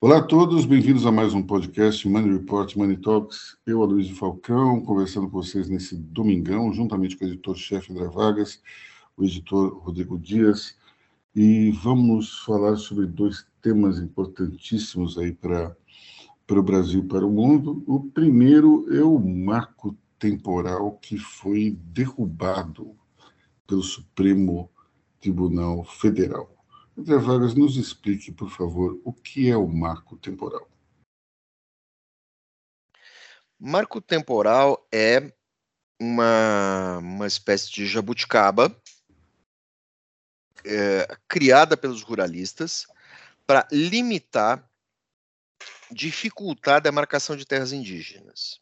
Olá a todos, bem-vindos a mais um podcast Money Report, Money Talks. Eu, Aloysio Falcão, conversando com vocês nesse domingão, juntamente com o editor-chefe André Vargas, o editor Rodrigo Dias, e vamos falar sobre dois temas importantíssimos aí para o Brasil e para o mundo. O primeiro é o marco temporal que foi derrubado pelo Supremo Tribunal Federal. André Vargas, nos explique, por favor, o que é o marco temporal. Marco temporal é uma espécie de jabuticaba criada pelos ruralistas para limitar, dificultar a demarcação de terras indígenas.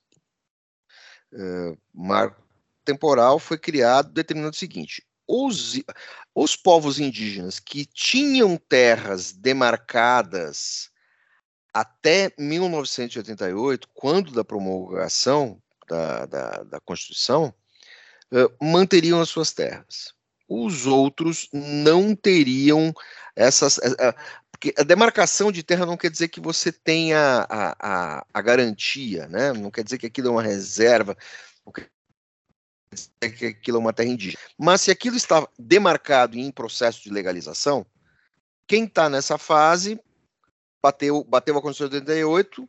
Marco temporal foi criado determinando o seguinte: os povos indígenas que tinham terras demarcadas até 1988, quando da promulgação da Constituição, manteriam as suas terras. Os outros não teriam essas... Porque a demarcação de terra não quer dizer que você tenha a garantia, né? Não quer dizer que aquilo é uma reserva, não quer dizer que aquilo é uma terra indígena. Mas se aquilo está demarcado em processo de legalização, quem está nessa fase bateu a Constituição de 88,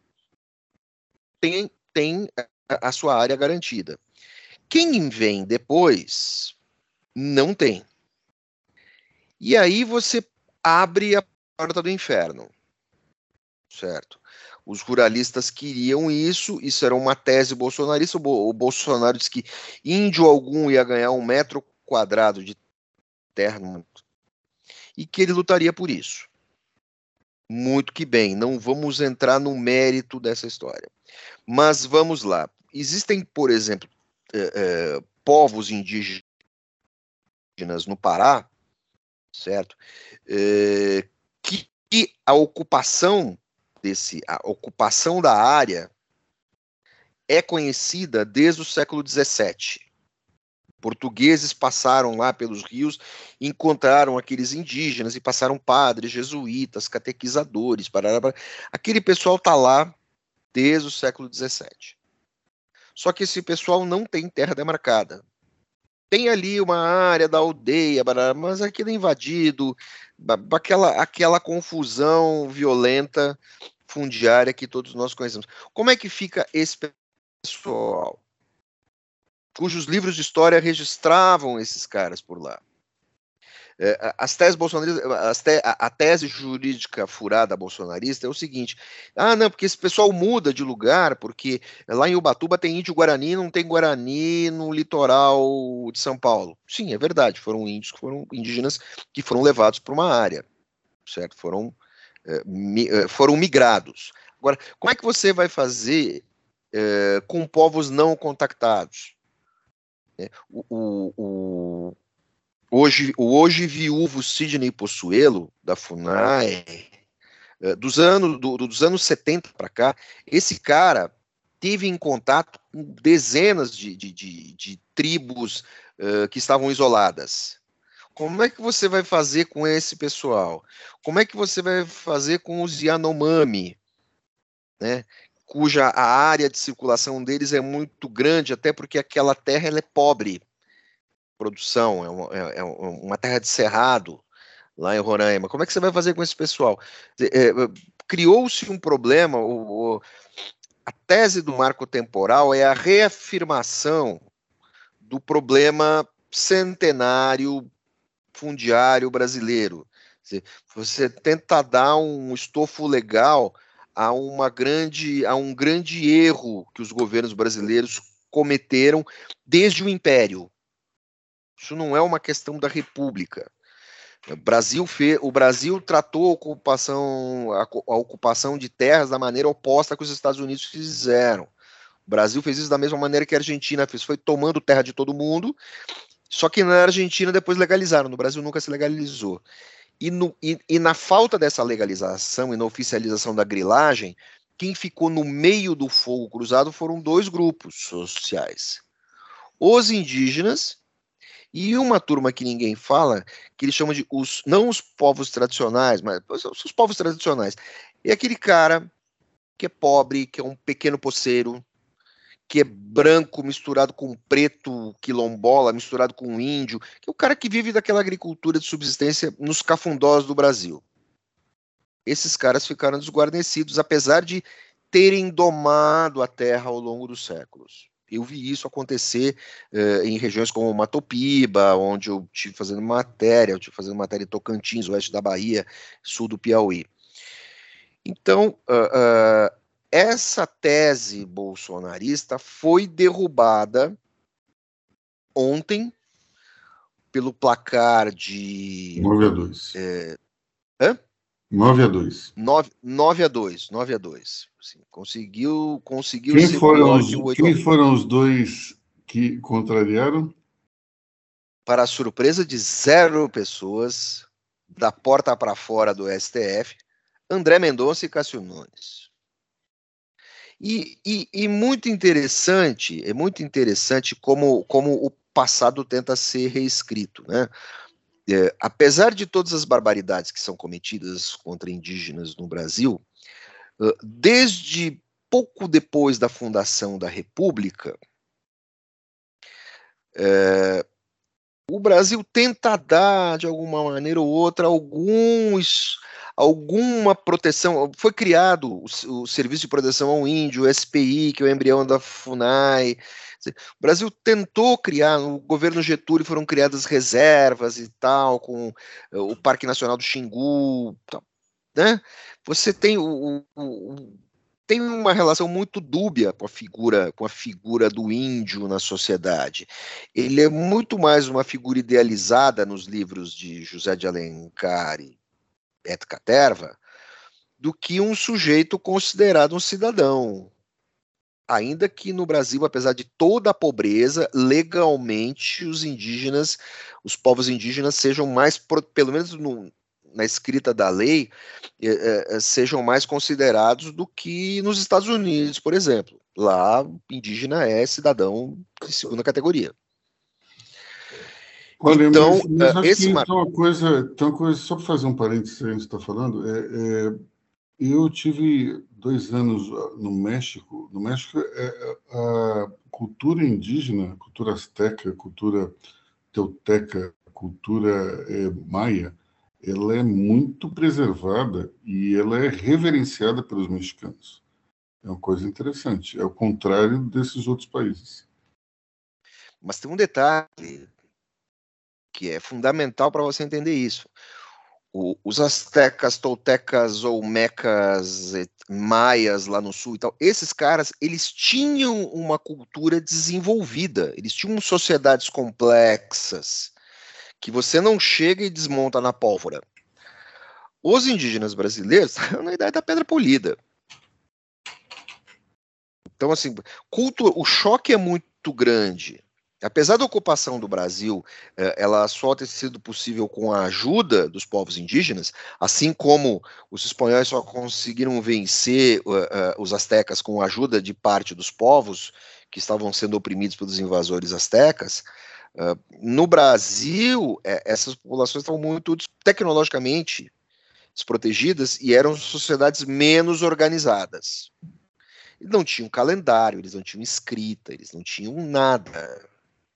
tem a sua área garantida. Quem vem depois não tem. E aí você abre a porta do inferno, certo? Os ruralistas queriam isso era uma tese bolsonarista. O Bolsonaro disse que índio algum ia ganhar 1 metro quadrado de terra e que ele lutaria por isso. Muito que bem, não vamos entrar no mérito dessa história. Mas vamos lá. Existem, por exemplo, povos indígenas no Pará, certo? Que a ocupação da área é conhecida desde o século XVII. Portugueses passaram lá pelos rios, encontraram aqueles indígenas e passaram padres, jesuítas, catequizadores, aquele pessoal está lá desde o século XVII. Só que esse pessoal não tem terra demarcada. Tem ali uma área da aldeia, mas aquilo é invadido, aquela confusão violenta fundiária que todos nós conhecemos. Como é que fica esse pessoal? Cujos livros de história registravam esses caras por lá. As teses bolsonaristas, a tese jurídica furada bolsonarista é o seguinte: não, porque esse pessoal muda de lugar, porque lá em Ubatuba tem índio Guarani, não tem Guarani no litoral de São Paulo. Sim, é verdade, foram indígenas que foram levados para uma área, certo? Foram migrados. Agora, como é que você vai fazer com povos não contactados? O hoje viúvo Sidney Possuelo, da FUNAI, dos anos 70 para cá, esse cara teve em contato com dezenas de tribos que estavam isoladas. Como é que você vai fazer com esse pessoal? Como é que você vai fazer com os Yanomami, né? Cuja a área de circulação deles é muito grande, até porque aquela terra ela é pobre. Produção, é uma terra de cerrado, lá em Roraima. Como é que você vai fazer com esse pessoal? Criou-se um problema, a tese do marco temporal é a reafirmação do problema centenário fundiário brasileiro. Você tenta dar um estofo legal a um grande erro que os governos brasileiros cometeram desde o Império. Isso não é uma questão da República. O Brasil tratou a ocupação de terras da maneira oposta que os Estados Unidos fizeram. O Brasil fez isso da mesma maneira que a Argentina fez, foi tomando terra de todo mundo, só que na Argentina depois legalizaram, no Brasil nunca se legalizou. E na falta dessa legalização e na oficialização da grilagem, quem ficou no meio do fogo cruzado foram 2 grupos sociais. Os indígenas e uma turma que ninguém fala, que eles chamam de não os povos tradicionais, mas os povos tradicionais, E aquele cara que é pobre, que é um pequeno poceiro, que é branco misturado com preto quilombola, misturado com índio, que é o cara que vive daquela agricultura de subsistência nos cafundós do Brasil. Esses caras ficaram desguarnecidos, apesar de terem domado a terra ao longo dos séculos. Eu vi isso acontecer em regiões como Matopiba, onde eu estive fazendo matéria, em Tocantins, oeste da Bahia, sul do Piauí. Então, essa tese bolsonarista foi derrubada ontem pelo placar de 9-2. Hã? 9-2. 9-2. Assim, conseguiu Quem ser pior que o quem 8-1. foram os dois que contrariaram? Para a surpresa de 0 pessoas, da porta para fora do STF, André Mendonça e Cássio Nunes. E muito interessante, é muito interessante como o passado tenta ser reescrito, né? Apesar de todas as barbaridades que são cometidas contra indígenas no Brasil, desde pouco depois da fundação da República, o Brasil tenta dar, de alguma maneira ou outra, alguma proteção. Foi criado o Serviço de Proteção ao Índio, o SPI, que é o embrião da FUNAI. O Brasil tentou criar, no governo Getúlio foram criadas reservas e tal, com o Parque Nacional do Xingu, tal, né? Você tem tem uma relação muito dúbia com a figura do índio na sociedade. Ele é muito mais uma figura idealizada nos livros de José de Alencar e Beto Caterva do que um sujeito considerado um cidadão. Ainda que no Brasil, apesar de toda a pobreza, legalmente os povos indígenas sejam mais, pelo menos na escrita da lei, sejam mais considerados do que nos Estados Unidos, por exemplo. Lá, indígena é cidadão de segunda categoria. Olha, Então, mas acho esse que tem uma coisa, só para fazer um parênteses aí que você está falando, eu tive 2 anos no México. No México, a cultura indígena, cultura asteca, cultura teuteca, cultura maia, ela é muito preservada e ela é reverenciada pelos mexicanos. É uma coisa interessante, é o contrário desses outros países. Mas tem um detalhe que é fundamental para você entender isso. Os astecas, toltecas, olmecas, maias lá no sul e tal, esses caras, eles tinham uma cultura desenvolvida, eles tinham sociedades complexas, que você não chega e desmonta na pólvora. Os indígenas brasileiros estão na idade da pedra polida. Então, assim, o choque é muito grande. Apesar da ocupação do Brasil, ela só ter sido possível com a ajuda dos povos indígenas, assim como os espanhóis só conseguiram vencer os astecas com a ajuda de parte dos povos que estavam sendo oprimidos pelos invasores astecas, no Brasil, essas populações estavam muito tecnologicamente desprotegidas e eram sociedades menos organizadas. Eles não tinham calendário, eles não tinham escrita, eles não tinham nada.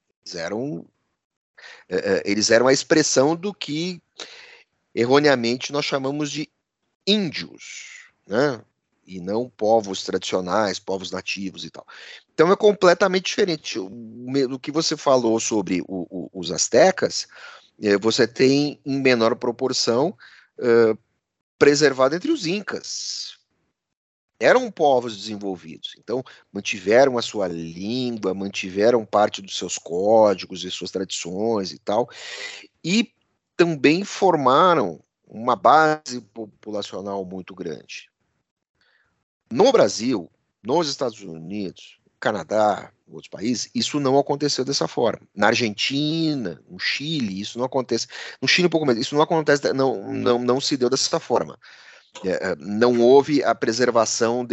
Eles eram a expressão do que erroneamente nós chamamos de índios, né? E não povos tradicionais, povos nativos e tal. Então é completamente diferente. O que você falou sobre os astecas, você tem em menor proporção preservado entre os incas. Eram povos desenvolvidos, então mantiveram a sua língua, mantiveram parte dos seus códigos e suas tradições e tal, e também formaram uma base populacional muito grande. No Brasil, nos Estados Unidos, Canadá, outros países, isso não aconteceu dessa forma. Na Argentina, no Chile, isso não acontece. No Chile um pouco mais, isso não acontece, não se deu dessa forma. Não houve a preservação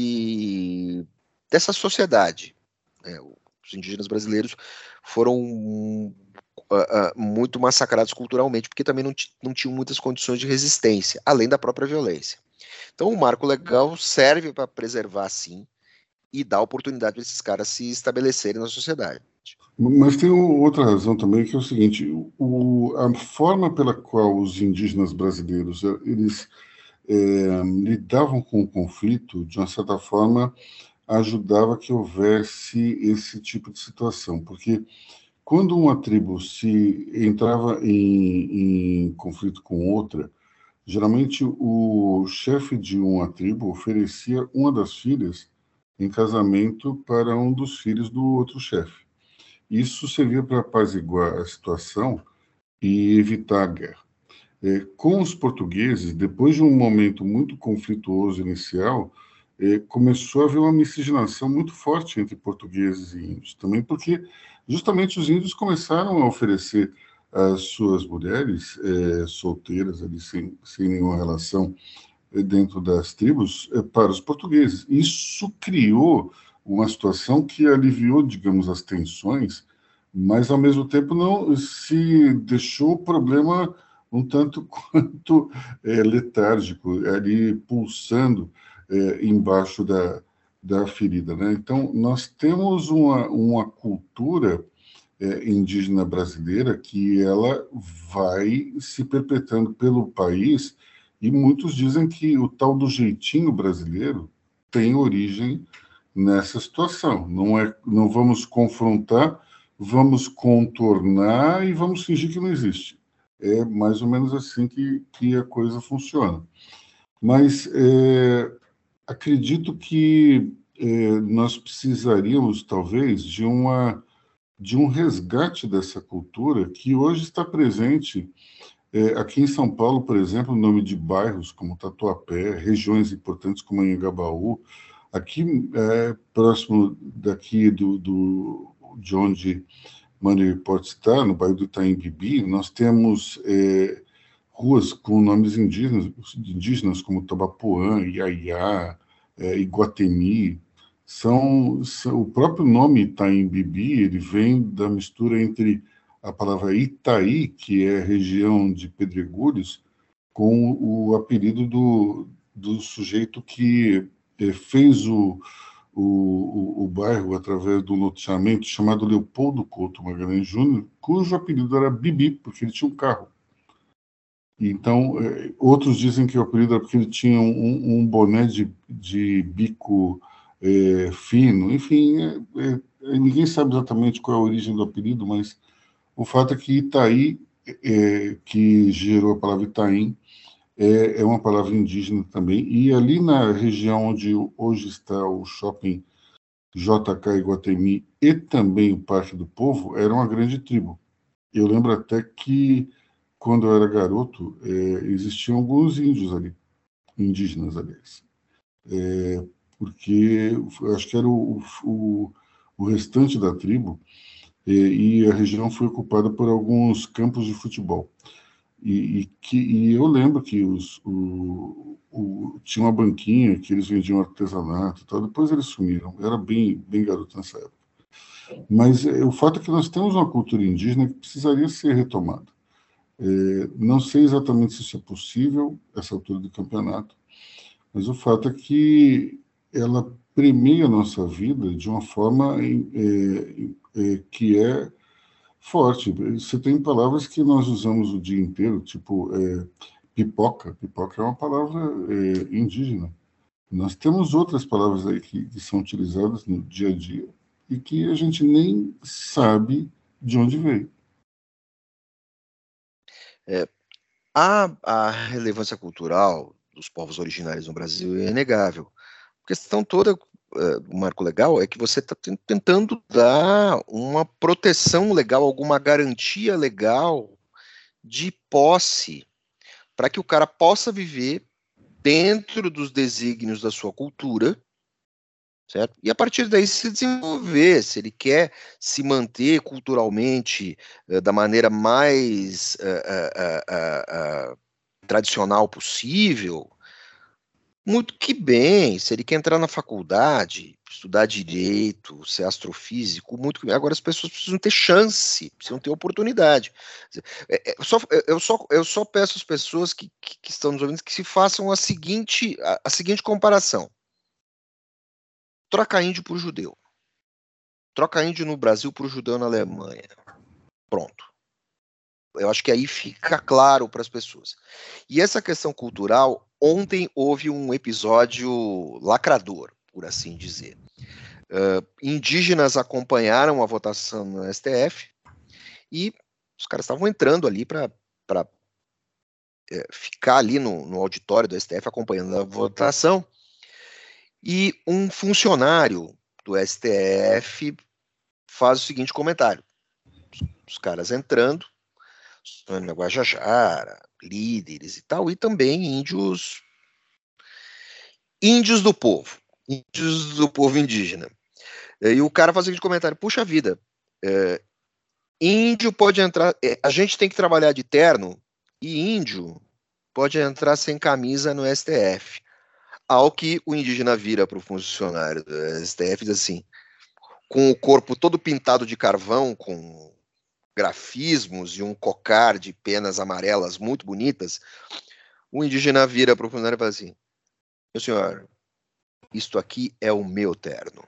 dessa sociedade. Os indígenas brasileiros foram muito massacrados culturalmente, porque também não tinham muitas condições de resistência, além da própria violência. Então, o marco legal serve para preservar, sim, e dar oportunidade para esses caras se estabelecerem na sociedade. Mas tem outra razão também, que é o seguinte: a forma pela qual os indígenas brasileiros eles lidavam com o conflito, de uma certa forma, ajudava que houvesse esse tipo de situação, porque quando uma tribo se entrava em conflito com outra, geralmente o chefe de uma tribo oferecia uma das filhas em casamento para um dos filhos do outro chefe. Isso servia para apaziguar a situação e evitar a guerra. Com os portugueses, depois de um momento muito conflituoso inicial, começou a haver uma miscigenação muito forte entre portugueses e índios, também porque justamente os índios começaram a oferecer as suas mulheres solteiras, ali, sem nenhuma relação dentro das tribos, para os portugueses. Isso criou uma situação que aliviou, digamos, as tensões, mas ao mesmo tempo não se deixou o problema um tanto quanto letárgico, ali pulsando embaixo da ferida, né? Então, nós temos uma cultura indígena brasileira que ela vai se perpetuando pelo país, e muitos dizem que o tal do jeitinho brasileiro tem origem nessa situação. Não vamos confrontar, vamos contornar e vamos fingir que não existe. É mais ou menos assim que a coisa funciona. Mas acredito que nós precisaríamos, talvez, de um resgate dessa cultura que hoje está presente aqui em São Paulo, por exemplo, o nome de bairros como Tatuapé, regiões importantes como Anhangabaú, aqui próximo daqui de onde Money Report está, no bairro do Itaim Bibi, nós temos ruas com nomes indígenas como Tabapuã, Iaiá, Iguatemi. O próprio nome Itaim Bibi, ele vem da mistura entre a palavra Itaí, que é região de Pedregulhos, com o apelido do sujeito que fez o bairro através do loteamento chamado Leopoldo Couto Magalhães Júnior, cujo apelido era Bibi, porque ele tinha um carro. Então, outros dizem que o apelido era porque ele tinha um boné de bico fino. Enfim, ninguém sabe exatamente qual é a origem do apelido, mas o fato é que Itaí, que gerou a palavra Itaim, é uma palavra indígena também. E ali na região onde hoje está o shopping JK Iguatemi e também o Parque do Povo, era uma grande tribo. Eu lembro até que, quando eu era garoto, existiam alguns índios ali, indígenas, aliás. Porque acho que era o restante da tribo, e a região foi ocupada por alguns campos de futebol. E eu lembro que tinha uma banquinha que eles vendiam artesanato e tal, depois eles sumiram. Eu era bem garoto nessa época. Mas o fato é que nós temos uma cultura indígena que precisaria ser retomada. Não sei exatamente se isso é possível, essa altura do campeonato, mas o fato é que ela premia a nossa vida de uma forma que é forte. Você tem palavras que nós usamos o dia inteiro, tipo pipoca. Pipoca é uma palavra indígena. Nós temos outras palavras aí que são utilizadas no dia a dia e que a gente nem sabe de onde veio. A relevância cultural dos povos originários no Brasil é inegável. A questão toda do marco legal é que você está tentando dar uma proteção legal, alguma garantia legal de posse para que o cara possa viver dentro dos desígnios da sua cultura, certo? E a partir daí se desenvolver, se ele quer se manter culturalmente da maneira mais tradicional possível, muito que bem. Se ele quer entrar na faculdade, estudar direito, ser astrofísico, agora as pessoas precisam ter chance, precisam ter oportunidade. Eu só peço às pessoas que estão nos ouvindo que se façam a seguinte comparação. Troca índio por judeu. Troca índio no Brasil por judeu na Alemanha. Pronto. Eu acho que aí fica claro para as pessoas. E essa questão cultural, ontem houve um episódio lacrador, por assim dizer. Indígenas acompanharam a votação no STF e os caras estavam entrando ali para ficar ali no auditório do STF acompanhando a votação, e um funcionário do STF faz o seguinte comentário: os caras entrando, na Guajajara, líderes e tal, e também índios do povo indígena. E o cara faz o seguinte comentário: puxa vida, índio pode entrar, a gente tem que trabalhar de terno, e índio pode entrar sem camisa no STF. Ao que o indígena vira para o funcionário do STF e diz assim, com o corpo todo pintado de carvão, com grafismos e um cocar de penas amarelas muito bonitas, o indígena vira para o funcionário e fala assim: meu senhor, isto aqui é o meu terno.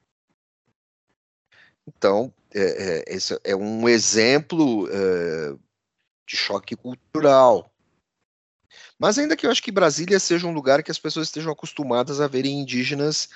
Então, esse é um exemplo de choque cultural. Mas ainda que eu acho que Brasília seja um lugar que as pessoas estejam acostumadas a verem indígenas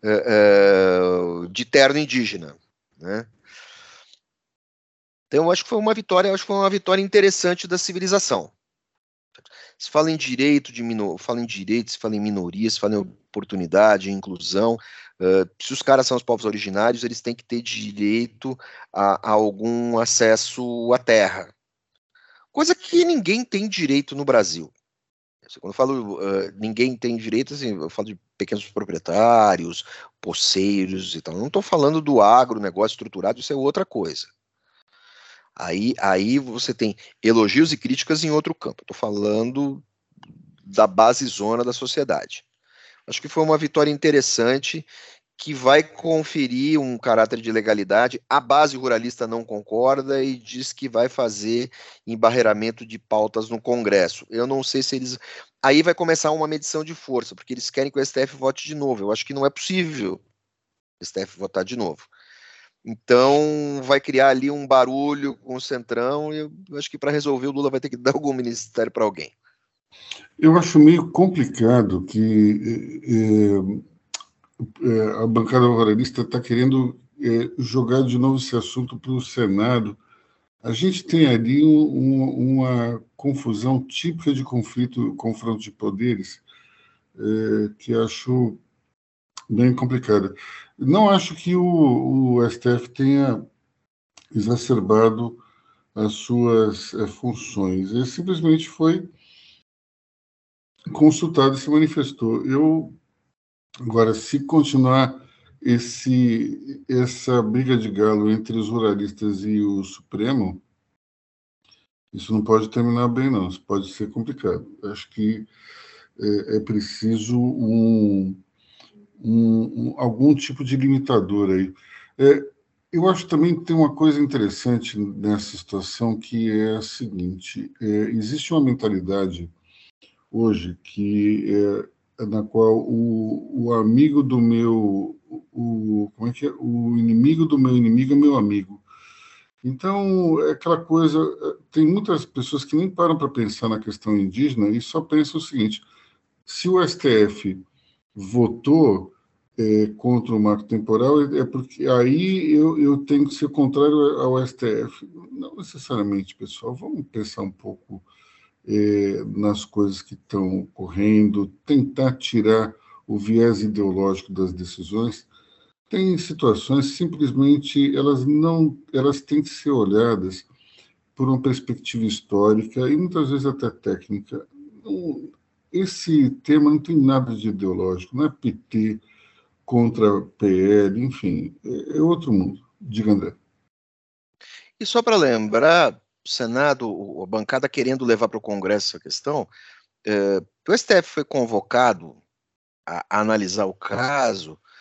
de terno indígena, né? Então, eu acho que foi uma vitória interessante da civilização. Se fala em direito, se fala em minorias, se fala em oportunidade, em inclusão. Se os caras são os povos originários, eles têm que ter direito a algum acesso à terra. Coisa que ninguém tem direito no Brasil. Quando eu falo ninguém tem direito, assim, eu falo de pequenos proprietários, poceiros e tal. Não estou falando do agronegócio estruturado, isso é outra coisa. Aí você tem elogios e críticas em outro campo. Estou falando da base zona da sociedade. Acho que foi uma vitória interessante que vai conferir um caráter de legalidade. A base ruralista não concorda e diz que vai fazer embarreiramento de pautas no Congresso. Eu não sei se eles... Aí vai começar uma medição de força, porque eles querem que o STF vote de novo. Eu acho que não é possível o STF votar de novo. Então, vai criar ali um barulho com o Centrão, e eu acho que para resolver o Lula vai ter que dar algum ministério para alguém. Eu acho meio complicado que a bancada ruralista está querendo jogar de novo esse assunto para o Senado. A gente tem ali uma confusão típica de confronto de poderes, que acho bem complicada. Não acho que o STF tenha exacerbado as suas funções. Ele simplesmente foi consultado e se manifestou. Agora, se continuar essa briga de galo entre os ruralistas e o Supremo, isso não pode terminar bem, não. Isso pode ser complicado. Acho que é preciso algum tipo de limitador aí. Eu acho também que tem uma coisa interessante nessa situação, que é a seguinte: existe uma mentalidade hoje na qual o amigo do meu, como é que é? O inimigo do meu inimigo é meu amigo. Então, é aquela coisa, tem muitas pessoas que nem param para pensar na questão indígena e só pensam o seguinte: se o STF votou contra o marco temporal, é porque aí eu tenho que ser contrário ao STF. Não necessariamente, pessoal. Vamos pensar um pouco nas coisas que estão ocorrendo, tentar tirar o viés ideológico das decisões. Tem situações simplesmente elas têm que ser olhadas por uma perspectiva histórica e muitas vezes até técnica. Esse tema não tem nada de ideológico, não é PT contra PL, enfim, é outro mundo. Diga, André. E só para lembrar, o Senado, a bancada querendo levar para o Congresso essa questão, o STF foi convocado a analisar o caso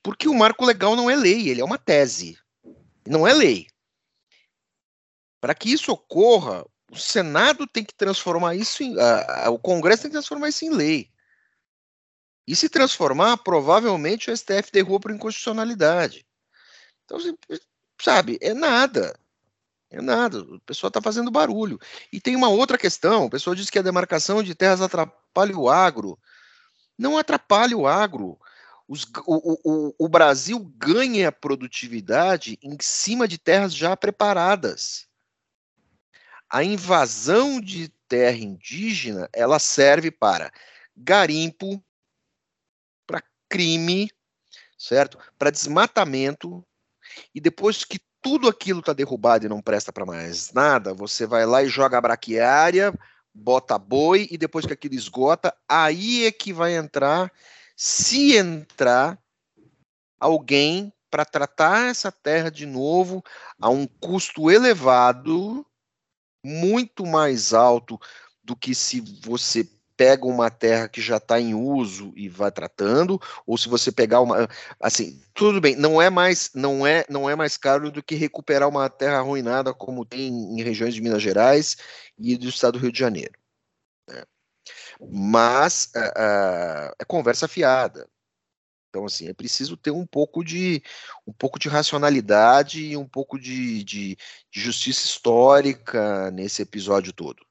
Porque o marco legal não é lei, ele é uma tese, não é lei. Para que isso ocorra, o Senado tem que transformar isso o Congresso tem que transformar isso em lei. E se transformar, provavelmente o STF derruba por inconstitucionalidade. Então, sabe, é nada. É nada. O pessoal está fazendo barulho. E tem uma outra questão. O pessoal diz que a demarcação de terras atrapalha o agro. Não atrapalha o agro. O Brasil ganha produtividade em cima de terras já preparadas. A invasão de terra indígena, ela serve para garimpo, para crime, certo? Para desmatamento, e depois que tudo aquilo está derrubado e não presta para mais nada, você vai lá e joga a braquiária, bota boi, e depois que aquilo esgota, aí é que vai entrar, se entrar, alguém para tratar essa terra de novo a um custo elevado, muito mais alto do que se você pega uma terra que já está em uso e vai tratando, ou se você pegar uma, assim, tudo bem, não é mais caro do que recuperar uma terra arruinada como tem em regiões de Minas Gerais e do estado do Rio de Janeiro, né? Mas é conversa fiada. Então, assim, é preciso ter um pouco de racionalidade e um pouco de justiça histórica nesse episódio todo.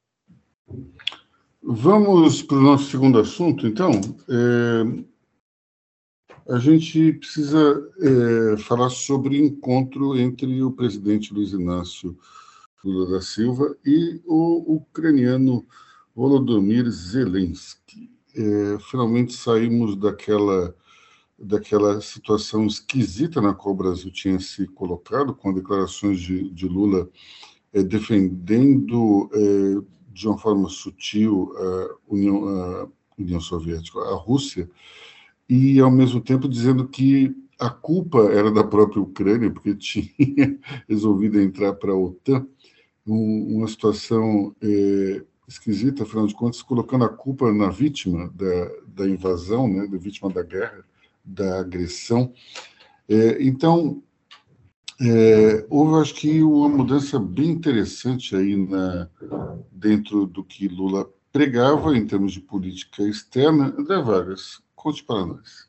Vamos para o nosso segundo assunto, então. A gente precisa falar sobre o encontro entre o presidente Luiz Inácio Lula da Silva e o ucraniano Volodymyr Zelensky. Finalmente saímos daquela situação esquisita na qual o Brasil tinha se colocado, com declarações de Lula defendendo de uma forma sutil a União Soviética, a Rússia, e ao mesmo tempo dizendo que a culpa era da própria Ucrânia, porque tinha resolvido entrar para a OTAN, uma situação esquisita, afinal de contas, colocando a culpa na vítima da invasão, né, da vítima da guerra, da agressão. Então, houve, acho que, uma mudança bem interessante aí dentro do que Lula pregava em termos de política externa. André Vargas, conte para nós.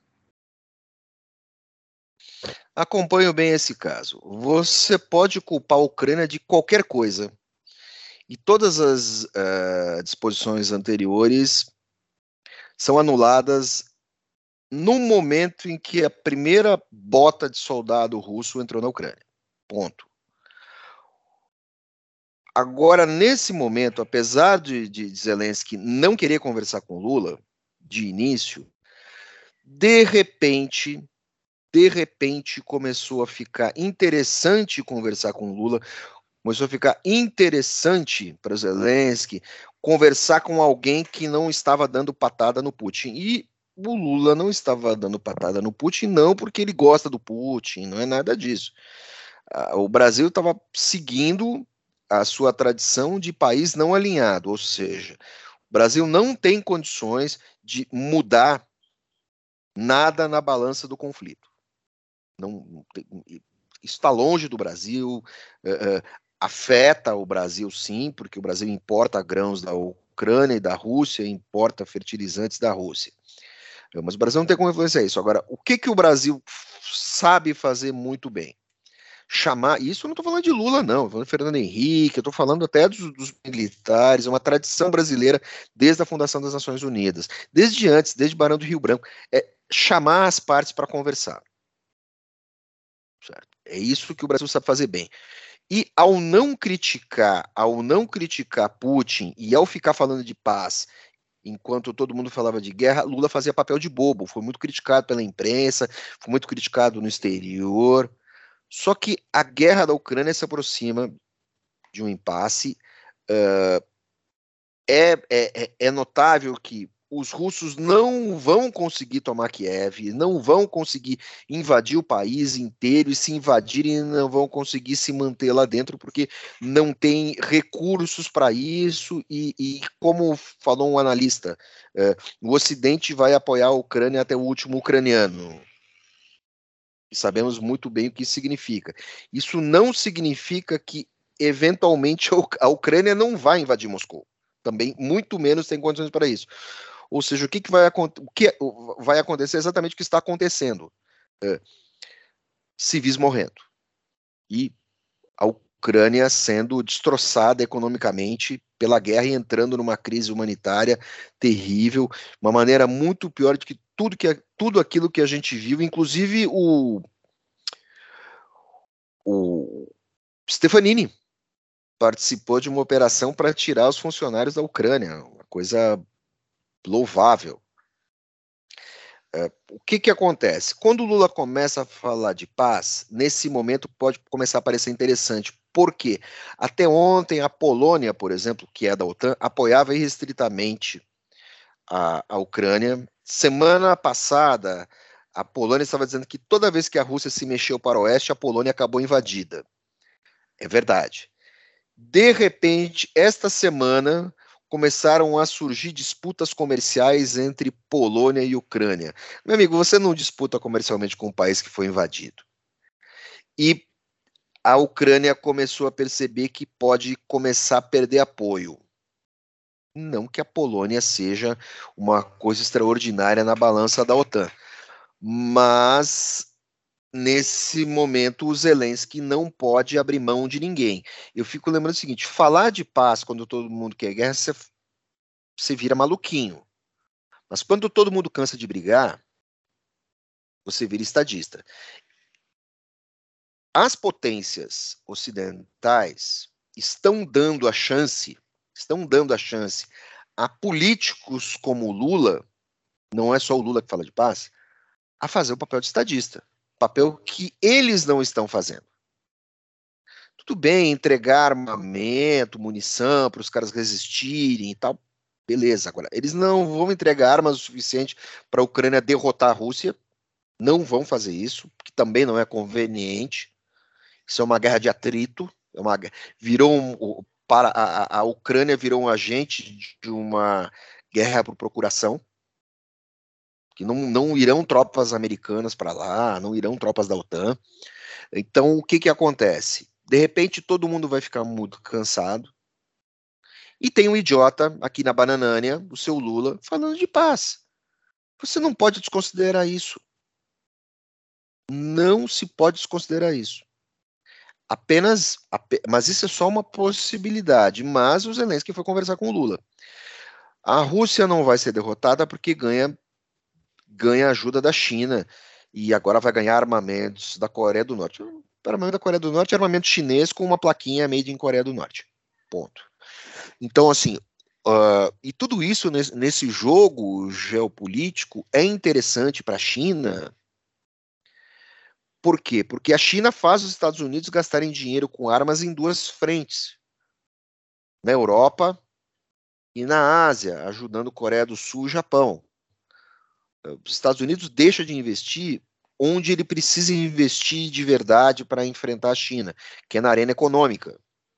Acompanho bem esse caso. Você pode culpar a Ucrânia de qualquer coisa. E todas as disposições anteriores são anuladas no momento em que a primeira bota de soldado russo entrou na Ucrânia. Ponto. Agora, nesse momento, apesar de Zelensky não querer conversar com Lula, de início, de repente começou a ficar interessante conversar com Lula, começou a ficar interessante para Zelensky conversar com alguém que não estava dando patada no Putin. E o Lula não estava dando patada no Putin, não porque ele gosta do Putin, não é nada disso. O Brasil estava seguindo a sua tradição de país não alinhado, ou seja, o Brasil não tem condições de mudar nada na balança do conflito. Isso está longe do Brasil, afeta o Brasil sim, porque o Brasil importa grãos da Ucrânia e da Rússia, importa fertilizantes da Rússia. Mas o Brasil não tem como influenciar isso. Agora, o que o Brasil sabe fazer muito bem? Isso eu não estou falando de Lula, não, eu estou falando de Fernando Henrique, eu estou falando até dos militares, é uma tradição brasileira desde a fundação das Nações Unidas, desde antes, desde Barão do Rio Branco, chamar as partes para conversar. Certo? É isso que o Brasil sabe fazer bem. E ao não criticar Putin e ao ficar falando de paz, enquanto todo mundo falava de guerra, Lula fazia papel de bobo, foi muito criticado pela imprensa, foi muito criticado no exterior. Só que a guerra da Ucrânia se aproxima de um impasse. É notável que os russos não vão conseguir tomar Kiev, não vão conseguir invadir o país inteiro, e se invadirem não vão conseguir se manter lá dentro, porque não tem recursos para isso, e como falou um analista, o Ocidente vai apoiar a Ucrânia até o último ucraniano. E sabemos muito bem o que isso significa. Isso não significa que, eventualmente, a Ucrânia não vai invadir Moscou. Também, muito menos, tem condições para isso. Ou seja, o que vai acontecer exatamente o que está acontecendo. Civis morrendo. E a Ucrânia sendo destroçada economicamente pela guerra e entrando numa crise humanitária terrível, uma maneira muito pior do que tudo aquilo que a gente viu, inclusive o Stefanini participou de uma operação para tirar os funcionários da Ucrânia, uma coisa louvável. O que acontece? Quando o Lula começa a falar de paz, nesse momento pode começar a parecer interessante. Por quê? Até ontem, a Polônia, por exemplo, que é da OTAN, apoiava irrestritamente a Ucrânia. Semana passada, a Polônia estava dizendo que toda vez que a Rússia se mexeu para o oeste, a Polônia acabou invadida. É verdade. De repente, esta semana, começaram a surgir disputas comerciais entre Polônia e Ucrânia. Meu amigo, você não disputa comercialmente com um país que foi invadido. E a Ucrânia começou a perceber que pode começar a perder apoio. Não que a Polônia seja uma coisa extraordinária na balança da OTAN, mas nesse momento o Zelensky não pode abrir mão de ninguém. Eu fico lembrando o seguinte, falar de paz quando todo mundo quer guerra, você vira maluquinho. Mas quando todo mundo cansa de brigar, você vira estadista. As potências ocidentais estão dando a chance a políticos como o Lula, não é só o Lula que fala de paz, a fazer o papel de estadista. Papel que eles não estão fazendo. Tudo bem, entregar armamento, munição para os caras resistirem e tal, beleza. Agora, eles não vão entregar armas o suficiente para a Ucrânia derrotar a Rússia, não vão fazer isso, que também não é conveniente. Isso é uma guerra de atrito, para a Ucrânia virou um agente de uma guerra por procuração, que não irão tropas americanas para lá, não irão tropas da OTAN. Então, o que acontece? De repente, todo mundo vai ficar muito cansado. E tem um idiota aqui na Bananânia, o seu Lula, falando de paz. Você não pode desconsiderar isso. Não se pode desconsiderar isso. Mas isso é só uma possibilidade. Mas o Zelensky foi conversar com o Lula. A Rússia não vai ser derrotada porque ganha ajuda da China e agora vai ganhar armamentos da Coreia do Norte. O armamento da Coreia do Norte é armamento chinês com uma plaquinha made in Coreia do Norte. Ponto. Então, assim, e tudo isso nesse jogo geopolítico é interessante para a China. Por quê? Porque a China faz os Estados Unidos gastarem dinheiro com armas em duas frentes. Na Europa e na Ásia, ajudando Coreia do Sul e Japão. Os Estados Unidos deixa de investir onde ele precisa investir de verdade para enfrentar a China, que é na arena econômica.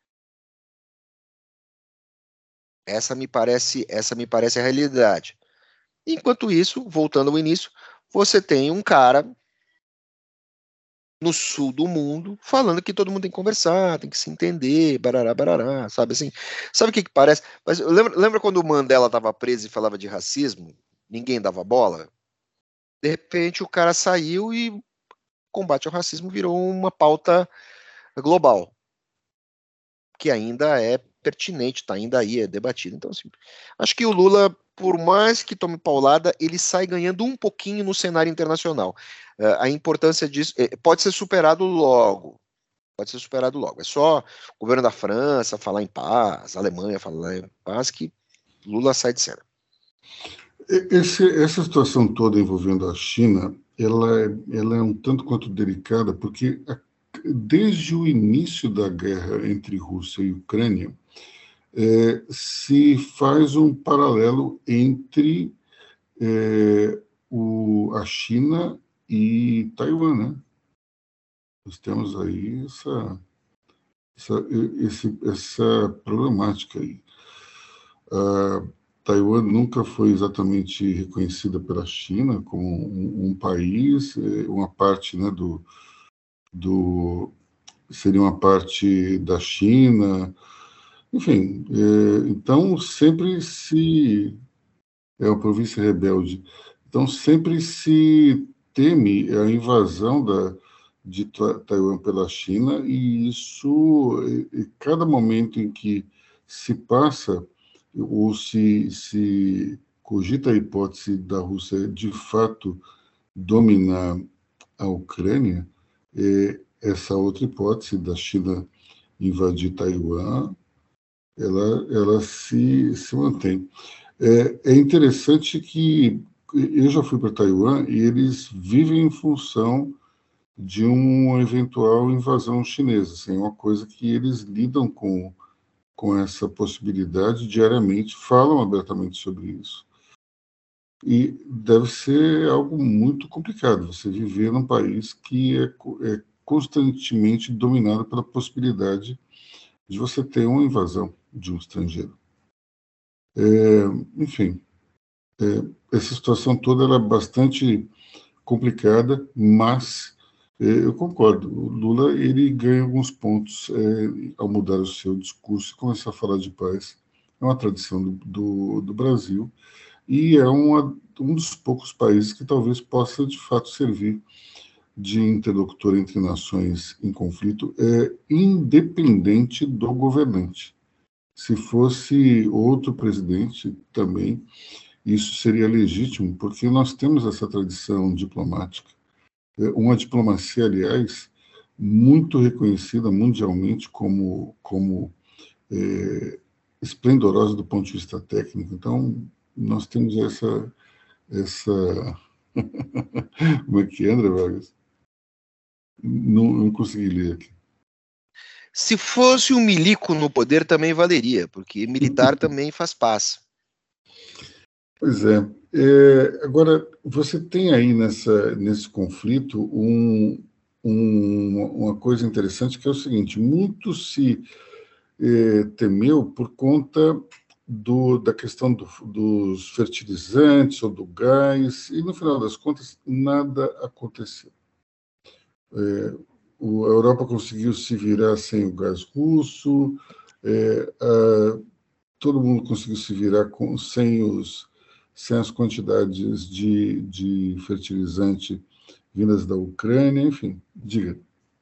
Essa me parece a realidade. Enquanto isso, voltando ao início, você tem um cara no sul do mundo falando que todo mundo tem que conversar, tem que se entender, barará, barará, sabe assim? Sabe o que parece? Mas lembra quando o Mandela estava preso e falava de racismo? Ninguém dava bola? De repente o cara saiu e combate ao racismo virou uma pauta global, que ainda é pertinente, está ainda aí, é debatido. Então, assim, acho que o Lula, por mais que tome paulada, ele sai ganhando um pouquinho no cenário internacional. A importância disso pode ser superado logo. É só o governo da França falar em paz, a Alemanha falar em paz, que Lula sai de cena. Essa situação toda envolvendo a China, ela é um tanto quanto delicada, porque desde o início da guerra entre Rússia e Ucrânia, se faz um paralelo entre a China e Taiwan, né? Nós temos aí essa problemática aí. Taiwan nunca foi exatamente reconhecida pela China como um país, uma parte, né, seria uma parte da China, enfim, então sempre se é uma província rebelde, então sempre se teme a invasão de Taiwan pela China, e isso, cada momento em que se passa ou se cogita a hipótese da Rússia de fato dominar a Ucrânia, essa outra hipótese da China invadir Taiwan, ela se mantém. É interessante que eu já fui para Taiwan e eles vivem em função de uma eventual invasão chinesa. Assim, é uma coisa que eles lidam com essa possibilidade diariamente, falam abertamente sobre isso. E deve ser algo muito complicado você viver num país que é constantemente dominado pela possibilidade de você ter uma invasão de um estrangeiro. Enfim, essa situação toda ela é bastante complicada, mas eu concordo. O Lula ele ganha alguns pontos ao mudar o seu discurso e começar a falar de paz. É uma tradição do Brasil e é um dos poucos países que talvez possa de fato servir de interlocutor entre nações em conflito, independente do governante. Se fosse outro presidente também, isso seria legítimo, porque nós temos essa tradição diplomática. Uma diplomacia, aliás, muito reconhecida mundialmente como esplendorosa do ponto de vista técnico. Então, nós temos essa como é que é, André Vargas? Não consegui ler aqui. Se fosse um milico no poder também valeria, porque militar também faz paz. Pois é. Agora, você tem aí nesse conflito uma coisa interessante, que é o seguinte: muito se temeu por conta da questão dos fertilizantes ou do gás, e no final das contas nada aconteceu. A Europa conseguiu se virar sem o gás russo, todo mundo conseguiu se virar sem as quantidades de fertilizante vindas da Ucrânia, enfim, diga.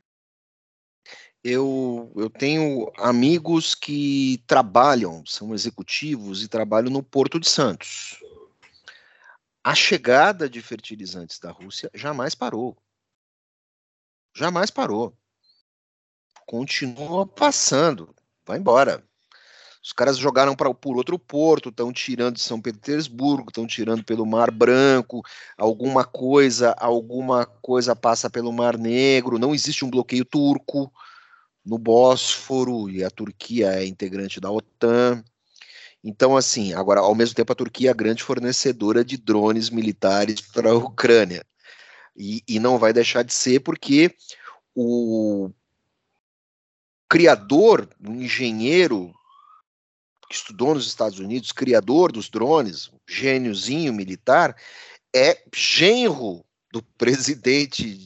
Eu tenho amigos que trabalham, são executivos e trabalham no Porto de Santos. A chegada de fertilizantes da Rússia jamais parou. Jamais parou. Continua passando. Vai embora. Os caras jogaram por outro porto, estão tirando de São Petersburgo, estão tirando pelo Mar Branco, alguma coisa passa pelo Mar Negro, não existe um bloqueio turco no Bósforo, e a Turquia é integrante da OTAN. Então, assim, agora, ao mesmo tempo, a Turquia é a grande fornecedora de drones militares para a Ucrânia. E não vai deixar de ser, porque o criador, o engenheiro que estudou nos Estados Unidos, criador dos drones, gêniozinho militar, é genro do presidente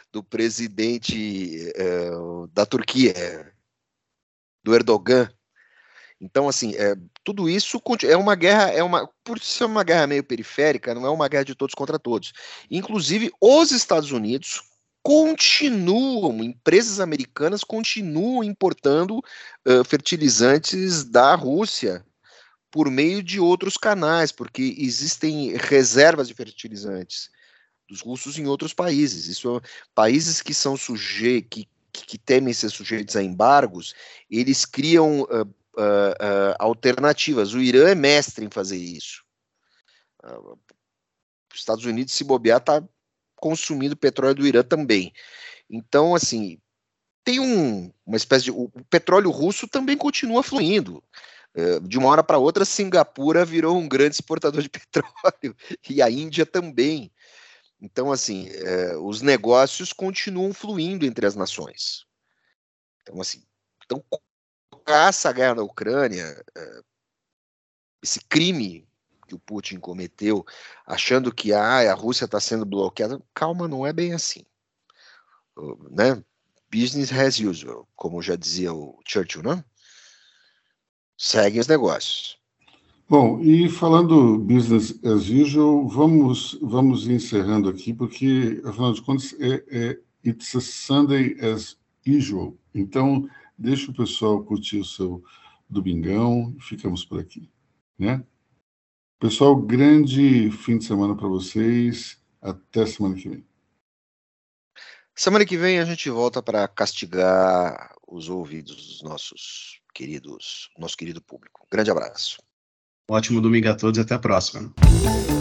da Turquia, do Erdogan. Então, assim, tudo isso é uma guerra, por ser uma guerra meio periférica, não é uma guerra de todos contra todos. Inclusive, os Estados Unidos empresas americanas continuam importando fertilizantes da Rússia por meio de outros canais, porque existem reservas de fertilizantes dos russos em outros países. Isso, países que são que temem ser sujeitos a embargos, eles criam alternativas. O Irã é mestre em fazer isso. Os Estados Unidos, se bobear, está consumindo petróleo do Irã também. Então, assim, tem uma espécie de... O petróleo russo também continua fluindo. De uma hora para outra, Singapura virou um grande exportador de petróleo, e a Índia também. Então, assim, os negócios continuam fluindo entre as nações. Então, assim, colocar essa guerra na Ucrânia esse crime que o Putin cometeu, achando que a Rússia está sendo bloqueada. Calma, não é bem assim. Né? Business as usual, como já dizia o Churchill, né? Seguem os negócios. Bom, e falando business as usual, vamos encerrando aqui, porque, afinal de contas, it's a Sunday as usual. Então, deixa o pessoal curtir o seu domingão e ficamos por aqui, né? Pessoal, grande fim de semana para vocês. Até semana que vem. Semana que vem a gente volta para castigar os ouvidos dos nosso querido público. Grande abraço. Ótimo domingo a todos e até a próxima.